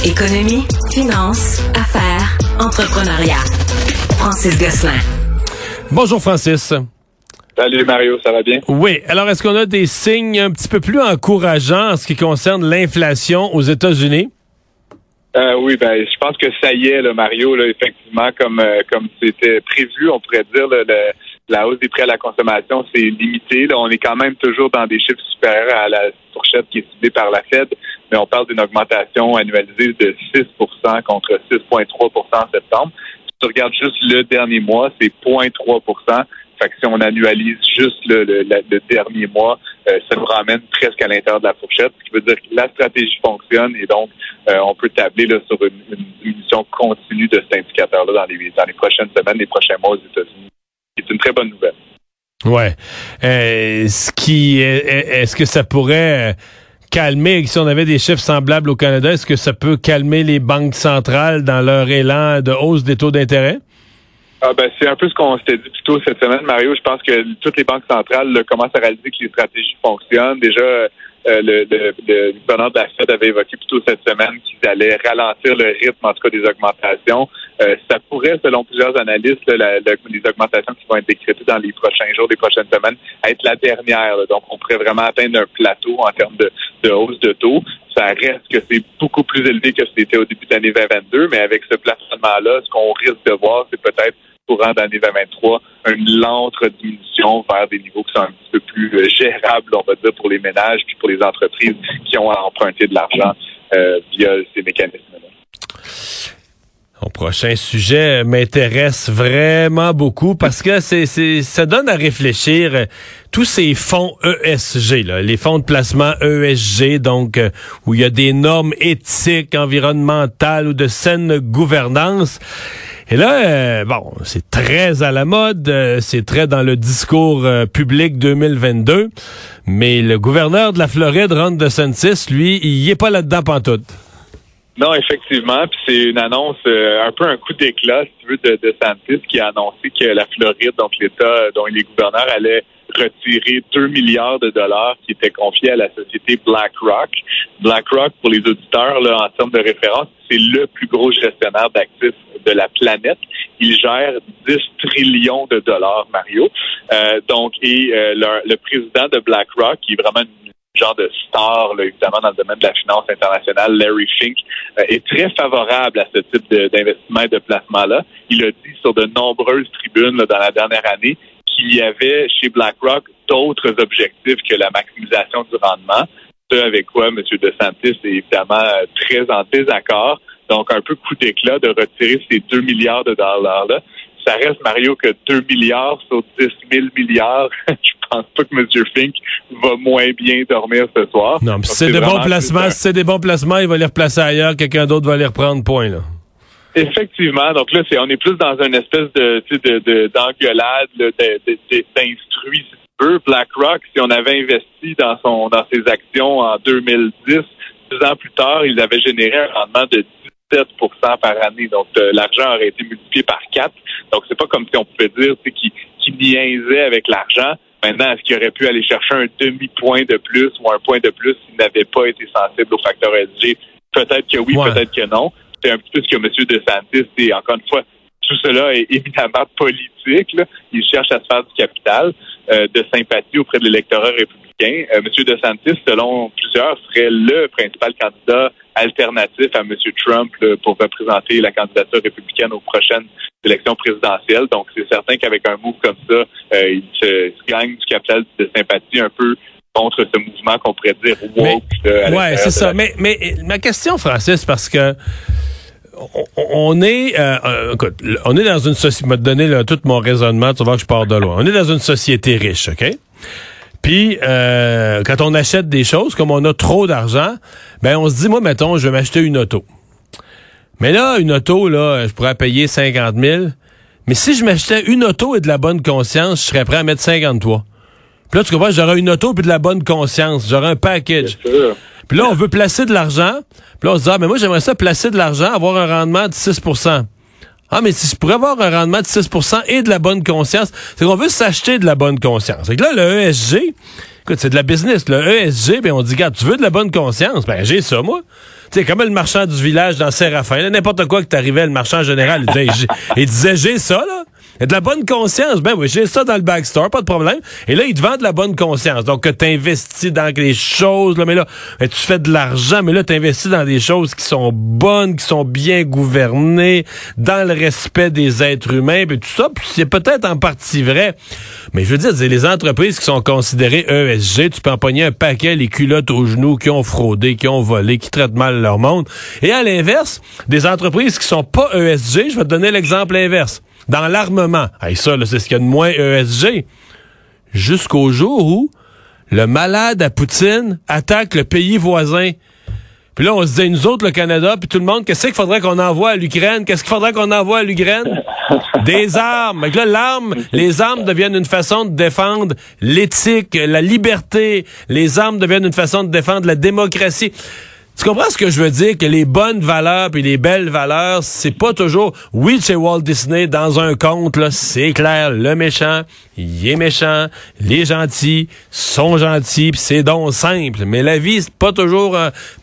Économie, finance, affaires, entrepreneuriat. Francis Gosselin. Bonjour Francis. Salut Mario, ça va bien? Oui, alors est-ce qu'on a des signes un petit peu plus encourageants en ce qui concerne l'inflation aux États-Unis? Oui, je pense que ça y est, là, Mario, là, effectivement, comme c'était prévu, on pourrait dire, là, la hausse des prix à la consommation, c'est limité. Là, on est quand même toujours dans des chiffres supérieurs à la fourchette qui est ciblée par la Fed, mais on parle d'une augmentation annualisée de 6 contre 6,3 en septembre. Si tu regardes juste le dernier mois, c'est 0,3 Fait que si on annualise juste le dernier mois, ça nous ramène presque à l'intérieur de la fourchette, ce qui veut dire que la stratégie fonctionne et donc on peut tabler là, sur une diminution continue de cet indicateur-là dans les prochaines semaines, les prochains mois aux États-Unis. C'est une très bonne nouvelle. Ouais. Est-ce que ça pourrait calmer, si on avait des chiffres semblables au Canada, est-ce que ça peut calmer les banques centrales dans leur élan de hausse des taux d'intérêt? C'est un peu ce qu'on s'était dit plus tôt cette semaine, Mario. Je pense que toutes les banques centrales commencent à réaliser que les stratégies fonctionnent. Déjà, le gouverneur de la Fed avait évoqué plus tôt cette semaine qu'ils allaient ralentir le rythme, en tout cas, des augmentations. Ça pourrait, selon plusieurs analystes, les augmentations qui vont être décrétées dans les prochains jours, les prochaines semaines, être la dernière. Là. Donc, on pourrait vraiment atteindre un plateau en termes de hausse de taux. Ça reste que c'est beaucoup plus élevé que c'était au début de l'année 2022, mais avec ce plafonnement-là, ce qu'on risque de voir, c'est peut-être courant d'année 2023, une lente diminution vers des niveaux qui sont un petit peu plus gérables, on va dire, pour les ménages puis pour les entreprises qui ont à emprunter de l'argent via ces mécanismes-là. Mon prochain sujet m'intéresse vraiment beaucoup parce que ça donne à réfléchir tous ces fonds ESG, là, les fonds de placement ESG, donc où il y a des normes éthiques, environnementales ou de saine gouvernance. Et là, c'est très à la mode, c'est très dans le discours public 2022, mais le gouverneur de la Floride, Ron DeSantis, lui, il est pas là-dedans pantoute. Non, effectivement, puis c'est une annonce, un peu un coup d'éclat, si tu veux, de DeSantis qui a annoncé que la Floride, donc l'État dont il est gouverneur, allait retirer 2 milliards de dollars qui étaient confiés à la société BlackRock. BlackRock, pour les auditeurs, là, en termes de référence, c'est le plus gros gestionnaire d'actifs de la planète. Il gère 10 trillions de dollars, Mario. Le président de BlackRock, qui est vraiment une genre de star, là, évidemment, dans le domaine de la finance internationale, Larry Fink, est très favorable à ce type d'investissement et de placement-là. Il a dit sur de nombreuses tribunes là, dans la dernière année qu'il y avait chez BlackRock d'autres objectifs que la maximisation du rendement. Ce avec quoi M. DeSantis est évidemment très en désaccord. Donc, un peu coup d'éclat de retirer ces 2 milliards de dollars-là. Ça reste, Mario, que 2 milliards sur 10 000 milliards. Je pense pas que M. Fink va moins bien dormir ce soir. Non, mais si c'est des bons placements, il va les replacer ailleurs, quelqu'un d'autre va les reprendre, point, là. Effectivement. Donc là, on est plus dans une espèce d'engueulade, d'instruit, si tu veux. BlackRock, si on avait investi dans ses actions en 2010, 10 ans plus tard, ils avaient généré un rendement de 17 par année. Donc, l'argent aurait été multiplié par 4. Donc, c'est pas comme si on pouvait dire qu'il niaisait avec l'argent. Maintenant, est-ce qu'il aurait pu aller chercher un demi-point de plus ou un point de plus s'il n'avait pas été sensible au facteur ESG? Peut-être que oui, peut-être que non. C'est un petit peu ce que M. DeSantis, et encore une fois, tout cela est évidemment politique, là. Il cherche à se faire du capital de sympathie auprès de l'électorat républicain. M. DeSantis, selon plusieurs, serait le principal candidat alternatif à M. Trump là, pour représenter la candidature républicaine aux prochaines élections présidentielles. Donc, c'est certain qu'avec un move comme ça, il se gagne du capital de sympathie un peu contre ce mouvement qu'on pourrait dire woke. Oui, c'est ça. Mais ma question, Francis, parce que on est dans une société. Je vais te donner là, tout mon raisonnement, tu vas voir que je pars de loin. On est dans une société riche, OK? Puis, quand on achète des choses, comme on a trop d'argent, on se dit, moi, mettons, je vais m'acheter une auto. Mais là, une auto, là, je pourrais payer 50 000. Mais si je m'achetais une auto et de la bonne conscience, je serais prêt à mettre 53. Puis là, tu comprends, j'aurais une auto puis de la bonne conscience. J'aurais un package. Puis là, on veut placer de l'argent. Puis là, on se dit, mais moi, j'aimerais ça placer de l'argent, avoir un rendement de 6 %. Ah, mais si je pourrais avoir un rendement de 6 % et de la bonne conscience, c'est qu'on veut s'acheter de la bonne conscience. C'est que là, le ESG, écoute, c'est de la business. Le ESG, ben on dit, regarde, tu veux de la bonne conscience? Ben, j'ai ça, moi. Tu sais, comme le marchand du village dans Séraphin, là, n'importe quoi que t'arrivais, le marchand général, il disait, j'ai ça, là. Il y a de la bonne conscience. Ben oui, j'ai ça dans le backstore, pas de problème. Et là, il te vend de la bonne conscience. Donc, que t'investis dans les choses, là, mais là, tu fais de l'argent, mais là, t'investis dans des choses qui sont bonnes, qui sont bien gouvernées, dans le respect des êtres humains, puis tout ça. Puis c'est peut-être en partie vrai. Mais je veux dire, c'est les entreprises qui sont considérées ESG, tu peux empoigner un paquet, les culottes aux genoux, qui ont fraudé, qui ont volé, qui traitent mal leur monde. Et à l'inverse, des entreprises qui sont pas ESG, je vais te donner l'exemple inverse. Dans l'armement, ça, là, c'est ce qu'il y a de moins ESG. Jusqu'au jour où le malade à Poutine attaque le pays voisin. Puis là, on se disait, nous autres, le Canada, puis tout le monde, qu'est-ce qu'il faudrait qu'on envoie à l'Ukraine? Qu'est-ce qu'il faudrait qu'on envoie à l'Ukraine? Des armes. Donc là, les armes deviennent une façon de défendre l'éthique, la liberté. Les armes deviennent une façon de défendre la démocratie. Tu comprends ce que je veux dire? Que les bonnes valeurs puis les belles valeurs, c'est pas toujours... Oui, chez Walt Disney, dans un conte, là, c'est clair, le méchant, il est méchant, les gentils sont gentils, puis c'est donc simple. Mais la vie, c'est pas toujours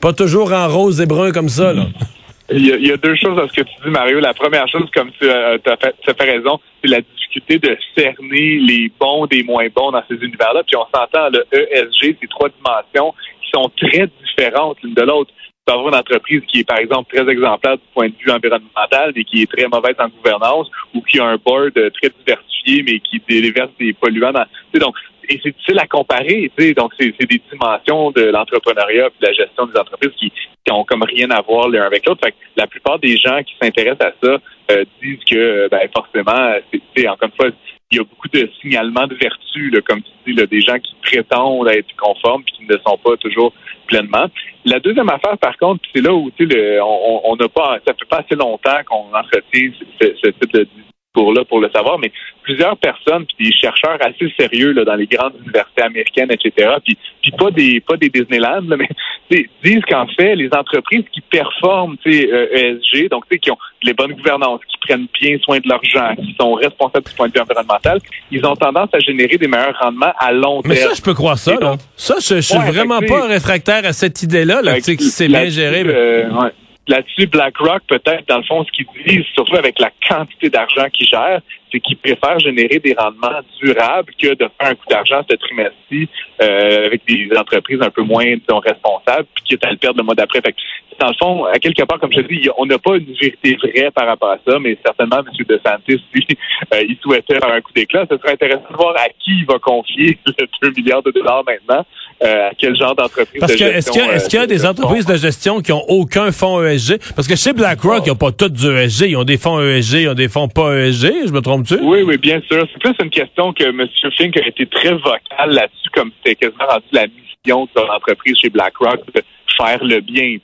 en rose et brun comme ça, là. Il y a deux choses dans ce que tu dis, Mario. La première chose, comme tu as fait raison, c'est la difficulté de cerner les bons des moins bons dans ces univers-là. Puis on s'entend, le ESG, ces trois dimensions qui sont très différentes l'une de l'autre. Tu peux avoir une entreprise qui est, par exemple, très exemplaire du point de vue environnemental, mais qui est très mauvaise en gouvernance, ou qui a un board très diversifié, mais qui déverse des polluants dans... Donc, et c'est difficile à comparer, tu sais. Donc, c'est des dimensions de l'entrepreneuriat et de la gestion des entreprises qui ont comme rien à voir l'un avec l'autre. Fait que la plupart des gens qui s'intéressent à ça disent que, forcément, c'est encore une fois, il y a beaucoup de signalements de vertu, là, comme tu dis, là, des gens qui prétendent être conformes puis qui ne le sont pas toujours pleinement. La deuxième affaire, par contre, c'est là où, tu sais, on n'a pas, ça fait pas assez longtemps qu'on entretient ce type de discours-là pour le savoir, mais plusieurs personnes, puis des chercheurs assez sérieux là, dans les grandes universités américaines, etc., puis pas des Disneyland, là, mais disent qu'en fait, les entreprises qui performent ESG, donc qui ont les bonnes gouvernances, qui prennent bien soin de leur gens, qui sont responsables du point de vue environnemental, ils ont tendance à générer des meilleurs rendements à long terme. Mais ça, je peux croire ça. Là. Ça, je suis vraiment pas réfractaire à cette idée-là, là, que c'est bien géré. Là-dessus, BlackRock, peut-être, dans le fond, ce qu'ils disent, surtout avec la quantité d'argent qu'ils gèrent, c'est qu'ils préfèrent générer des rendements durables que de faire un coup d'argent ce trimestre-ci avec des entreprises un peu moins, disons, responsables, puis quitte à le perdre le mois d'après. Fait que, dans le fond, à quelque part, comme je te dis, on n'a pas une vérité vraie par rapport à ça, mais certainement, M. DeSantis, si il souhaitait faire un coup d'éclat, ce serait intéressant de voir à qui il va confier le 2 milliards de dollars maintenant, à quel genre d'entreprise de gestion. Parce que est-ce qu'il y a des entreprises de gestion qui ont aucun fonds ESG? Parce que chez BlackRock, ils n'ont pas tous du ESG. Ils ont des fonds ESG, ils ont des fonds pas ESG. Je me trompe-tu? Oui, bien sûr. C'est plus une question que M. Fink a été très vocal là-dessus, comme c'était quasiment rendu la mission de son entreprise chez BlackRock de faire le bien.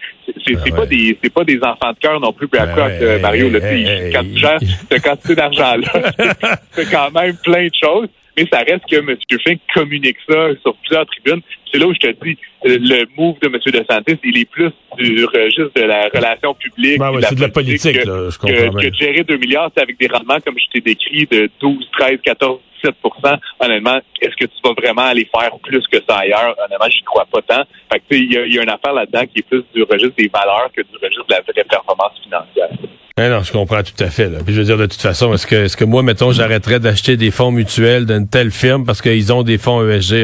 C'est pas des enfants de cœur non plus, BlackRock, Mario. Quand tu gères cette quantité d'argent-là, c'est quand même plein de choses. Mais ça reste que M. Fink communique ça sur plusieurs tribunes. C'est là où je te dis, le move de M. DeSantis, il est plus du registre de la relation publique. C'est de la politique, là, je comprends que de gérer 2 milliards, c'est avec des rendements, comme je t'ai décrit, de 12, 13, 14, 17%. Honnêtement, est-ce que tu vas vraiment aller faire plus que ça ailleurs? Honnêtement, j'y crois pas tant. Fait que, il y a une affaire là-dedans qui est plus du registre des valeurs que du registre de la vraie performance financière. Non, je comprends tout à fait. Là. Puis je veux dire, de toute façon, est-ce que moi, mettons, j'arrêterais d'acheter des fonds mutuels d'une telle firme parce qu'ils ont des fonds ESG?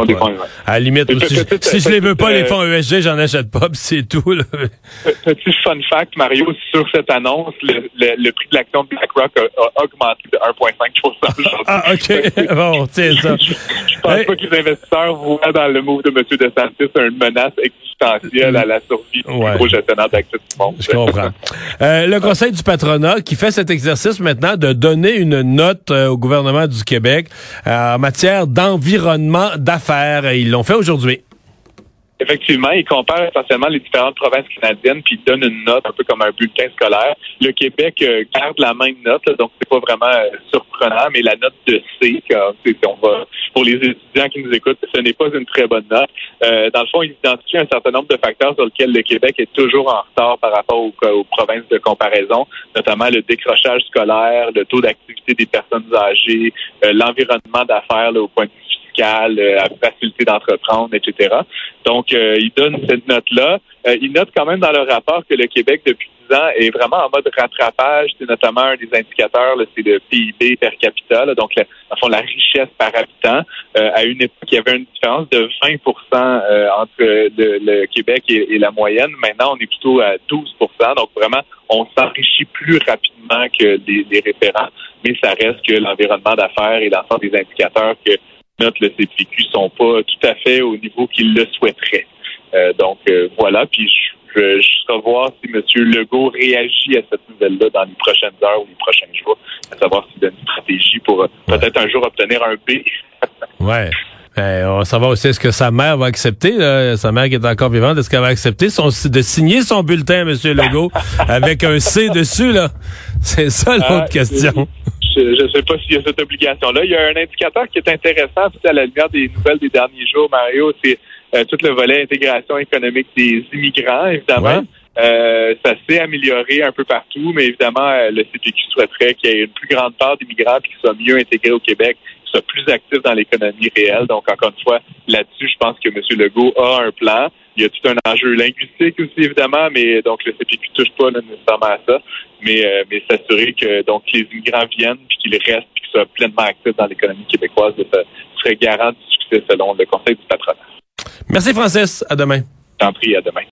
À la limite, si je les veux pas, les fonds ESG, j'en achète pas, puis c'est tout. Là. Petit fun fact, Mario, sur cette annonce, le prix de l'action de BlackRock a augmenté de 1,5% aujourd'hui. Ah, OK. Bon, tiens ça. Je pense pas que les investisseurs voient dans le move de M. DeSantis une menace existentielle à la survie du gros gestionnaire d'actifs du monde. Je comprends. Le Conseil du patronat qui fait cet exercice maintenant de donner une note au gouvernement du Québec en matière d'environnement d'affaires. Ils l'ont fait aujourd'hui. Effectivement, il compare essentiellement les différentes provinces canadiennes, puis il donne une note un peu comme un bulletin scolaire. Le Québec garde la même note, là, donc c'est pas vraiment surprenant, mais la note de C, pour les étudiants qui nous écoutent, ce n'est pas une très bonne note. Dans le fond, il identifie un certain nombre de facteurs sur lesquels le Québec est toujours en retard par rapport aux provinces de comparaison, notamment le décrochage scolaire, le taux d'activité des personnes âgées, l'environnement d'affaires là, au point de vue fiscal, la facilité d'entreprendre, etc. Donc, il donne cette note-là. Il note quand même dans le rapport que le Québec, depuis 10 ans, est vraiment en mode rattrapage. C'est notamment un des indicateurs, là, c'est le PIB per capita, là, donc la richesse par habitant. À une époque, il y avait une différence de 20 entre le Québec et la moyenne. Maintenant, on est plutôt à 12 donc vraiment, on s'enrichit plus rapidement que les référents, mais ça reste que l'environnement d'affaires et l'ensemble des indicateurs que note le CPQ sont pas tout à fait au niveau qu'il le souhaiterait. Voilà, puis je vais voir si M. Legault réagit à cette nouvelle-là dans les prochaines heures ou les prochains jours, à savoir s'il donne une stratégie pour peut-être un jour obtenir un B. Ouais. On va savoir aussi est-ce que sa mère va accepter, là, sa mère qui est encore vivante, est-ce qu'elle va accepter de signer son bulletin, M. Legault, avec un C dessus, là? C'est ça l'autre question. Je ne sais pas s'il y a cette obligation-là. Il y a un indicateur qui est intéressant, à la lumière des nouvelles des derniers jours, Mario, c'est tout le volet intégration économique des immigrants, évidemment. Ouais. Ça s'est amélioré un peu partout, mais évidemment, le CPQ souhaiterait qu'il y ait une plus grande part d'immigrants et qu'ils soient mieux intégrés au Québec, qu'ils soient plus actifs dans l'économie réelle. Donc, encore une fois, là-dessus, je pense que M. Legault a un plan. Il y a tout un enjeu linguistique aussi, évidemment, mais donc le CPQ touche pas là, nécessairement à ça. Mais s'assurer que donc les immigrants viennent puis qu'ils restent puis qu'ils soient pleinement actifs dans l'économie québécoise, ça serait garant du succès selon le Conseil du patronat. Merci Francis, à demain. Je t'en prie, à demain.